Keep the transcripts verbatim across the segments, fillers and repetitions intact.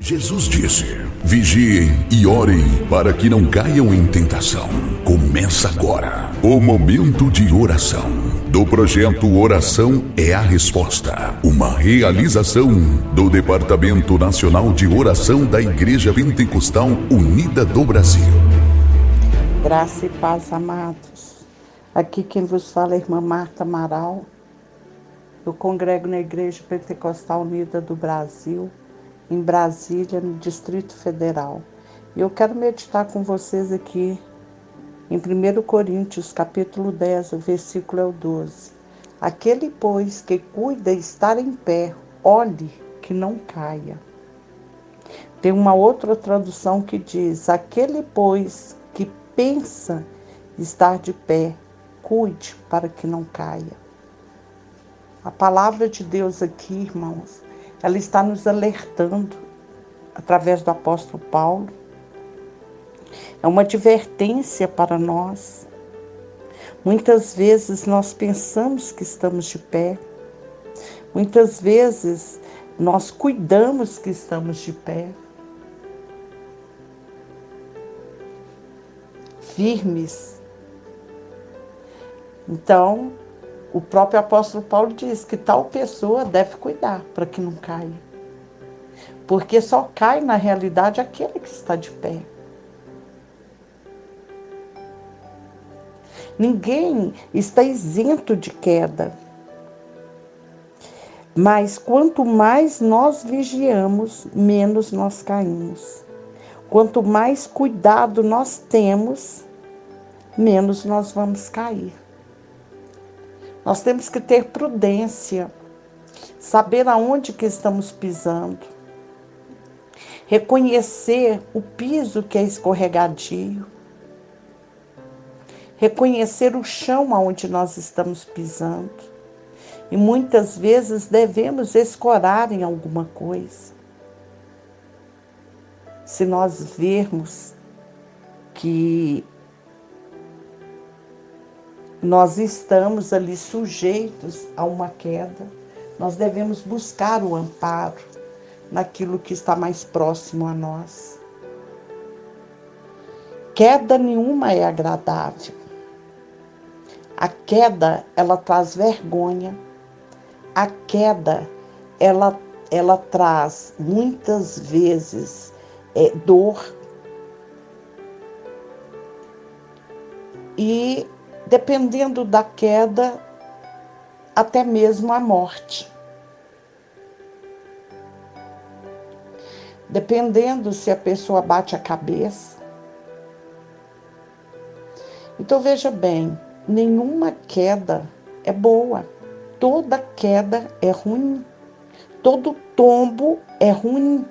Jesus disse: vigiem e orem para que não caiam em tentação. Começa agora o momento de oração do projeto Oração é a Resposta, uma realização do Departamento Nacional de Oração da Igreja Pentecostal Unida do Brasil. Graça e paz, amados. Aqui quem vos fala é a irmã Marta Amaral. Eu congrego na Igreja Pentecostal Unida do Brasil, em Brasília, no Distrito Federal. E eu quero meditar com vocês aqui em primeiro Coríntios, capítulo dez, o versículo é o doze. Aquele, pois, que cuida estar em pé, olhe que não caia. Tem uma outra tradução que diz: aquele, pois, que pensa estar de pé, cuide para que não caia. A palavra de Deus aqui, irmãos, ela está nos alertando através do apóstolo Paulo. É uma advertência para nós. Muitas vezes nós pensamos que estamos de pé. Muitas vezes nós cuidamos que estamos de pé. Firmes. Então, o próprio apóstolo Paulo diz que tal pessoa deve cuidar para que não caia. Porque só cai na realidade aquele que está de pé. Ninguém está isento de queda. Mas quanto mais nós vigiamos, menos nós caímos. Quanto mais cuidado nós temos, menos nós vamos cair. Nós temos que ter prudência, saber aonde que estamos pisando, reconhecer o piso que é escorregadio, reconhecer o chão aonde nós estamos pisando. E muitas vezes devemos escorar em alguma coisa. Se nós vermos que nós estamos ali sujeitos a uma queda, nós devemos buscar o amparo naquilo que está mais próximo a nós. Queda nenhuma é agradável. A queda, ela traz vergonha. A queda, ela, ela traz muitas vezes é, dor. E dependendo da queda, até mesmo a morte. Dependendo se a pessoa bate a cabeça. Então veja bem, nenhuma queda é boa. Toda queda é ruim. Todo tombo é ruim.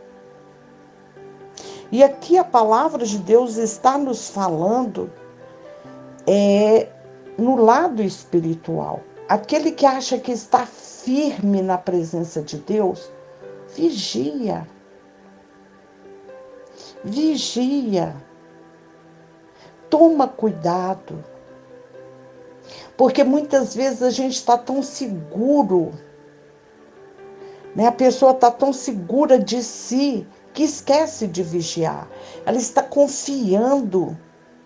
E aqui a palavra de Deus está nos falando É, no lado espiritual. Aquele que acha que está firme na presença de Deus, vigia. Vigia. Toma cuidado. Porque muitas vezes a gente está tão seguro, né? A pessoa está tão segura de si que esquece de vigiar. Ela está confiando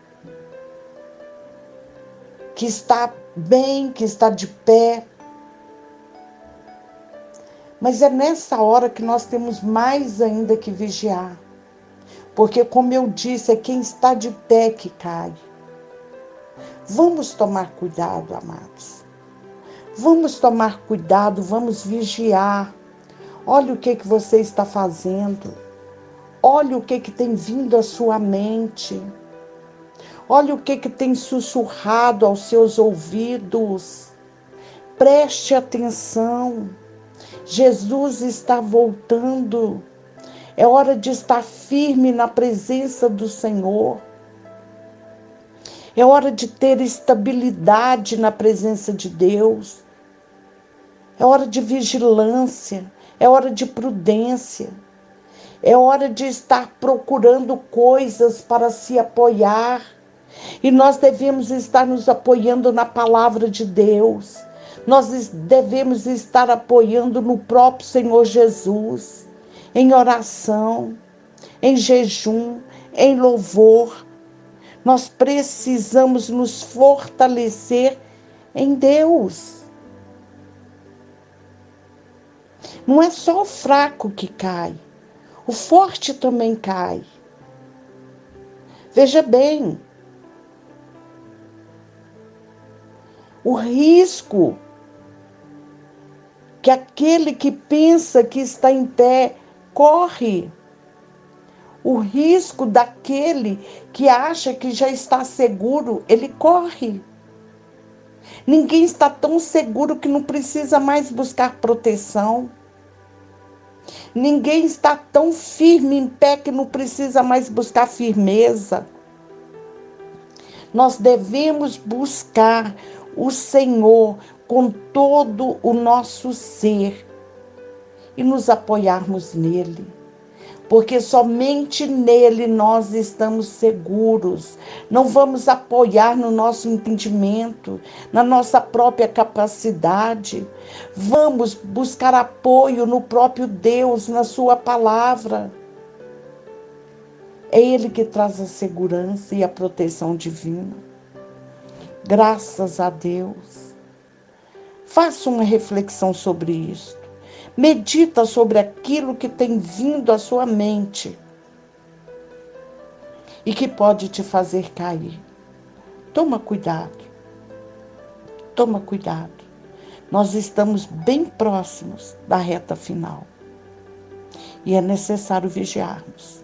que está bem, que está de pé. Mas é nessa hora que nós temos mais ainda que vigiar. Porque, como eu disse, é quem está de pé que cai. Vamos tomar cuidado, amados. Vamos tomar cuidado, vamos vigiar. Olha o que, que você está fazendo. Olha o que, que tem vindo à sua mente. Olha o que, que tem sussurrado aos seus ouvidos. Preste atenção. Jesus está voltando. É hora de estar firme na presença do Senhor. É hora de ter estabilidade na presença de Deus. É hora de vigilância. É hora de prudência. É hora de estar procurando coisas para se apoiar. E nós devemos estar nos apoiando na palavra de Deus. Nós devemos estar apoiando no próprio Senhor Jesus. em oração, em jejum, em louvor. Nós precisamos nos fortalecer em Deus. Não é só o fraco que cai, o forte também cai. Veja bem, o risco que aquele que pensa que está em pé corre, o risco daquele que acha que já está seguro, ele corre. Ninguém está tão seguro que não precisa mais buscar proteção. Ninguém está tão firme em pé que não precisa mais buscar firmeza. Nós devemos buscar o Senhor com todo o nosso ser e nos apoiarmos nele, porque somente nele nós estamos seguros. Não vamos apoiar no nosso entendimento, na nossa própria capacidade. Vamos buscar apoio no próprio Deus, na sua palavra. É ele que traz a segurança e a proteção divina. Graças a Deus. Faça uma reflexão sobre isso. Medita sobre aquilo que tem vindo à sua mente e que pode te fazer cair. Toma cuidado. Toma cuidado. Nós estamos bem próximos da reta final e é necessário vigiarmos.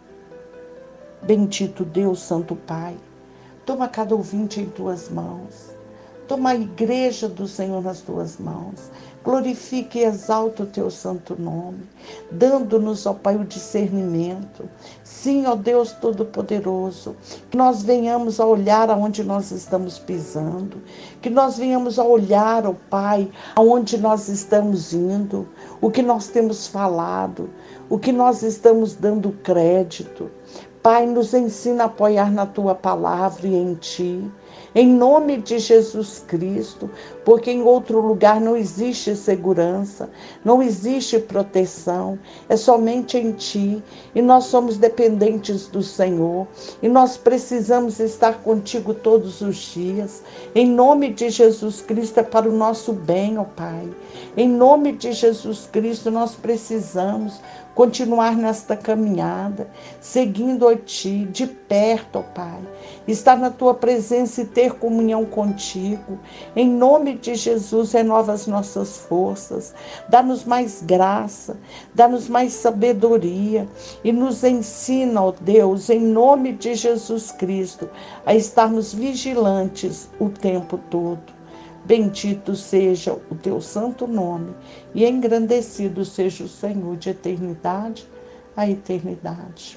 Bendito Deus, Santo Pai, toma cada ouvinte em tuas mãos. Toma a igreja do Senhor nas tuas mãos. Glorifique e exalta o teu santo nome, dando-nos, ó Pai, o discernimento. Sim, ó Deus Todo-Poderoso, que nós venhamos a olhar aonde nós estamos pisando, que nós venhamos a olhar, ó Pai, aonde nós estamos indo, o que nós temos falado, o que nós estamos dando crédito. Pai, nos ensina a apoiar na Tua palavra e em Ti, em nome de Jesus Cristo, porque em outro lugar não existe segurança, não existe proteção, é somente em Ti, e nós somos dependentes do Senhor, e nós precisamos estar contigo todos os dias, em nome de Jesus Cristo, é para o nosso bem, ó Pai, em nome de Jesus Cristo, nós precisamos continuar nesta caminhada, seguindo a Ti, de perto, ó Pai, estar na Tua presença e ter comunhão contigo. Em nome de Jesus, renova as nossas forças, dá-nos mais graça, dá-nos mais sabedoria e nos ensina, ó Deus, em nome de Jesus Cristo, a estarmos vigilantes o tempo todo. Bendito seja o teu santo nome e engrandecido seja o Senhor de eternidade a eternidade.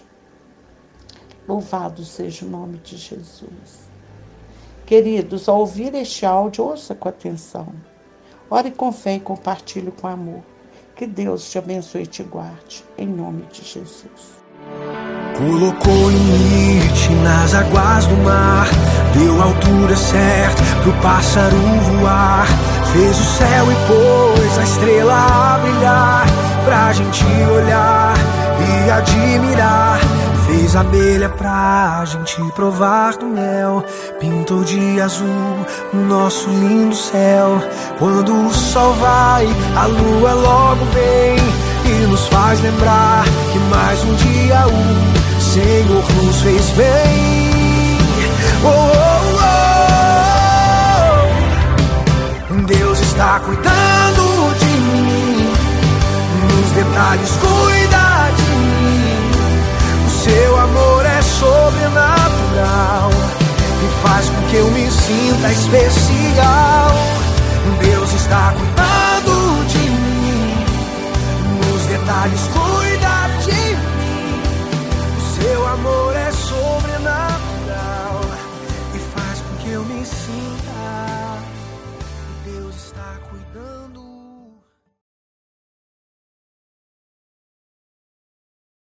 Louvado seja o nome de Jesus. Queridos, ao ouvir este áudio, ouça com atenção. Ore com fé e compartilhe com amor. Que Deus te abençoe e te guarde. Em nome de Jesus. Colocou limite nas águas do mar, deu a altura certa pro pássaro voar, fez o céu e pôs a estrela a brilhar, pra gente olhar e admirar. Fez a abelha pra gente provar do mel, pintou de azul o nosso lindo céu. Quando o sol vai, a lua logo vem e nos faz lembrar que mais um dia o Senhor nos fez bem. Oh, oh, oh. Deus está cuidando de mim, nos detalhes cuida de mim. O seu amor é sobrenatural e faz com que eu me sinta especial. Deus está cuidando de mim, nos detalhes cuida de mim. Seu amor é sobrenatural e faz com que eu me sinta. Deus está cuidando.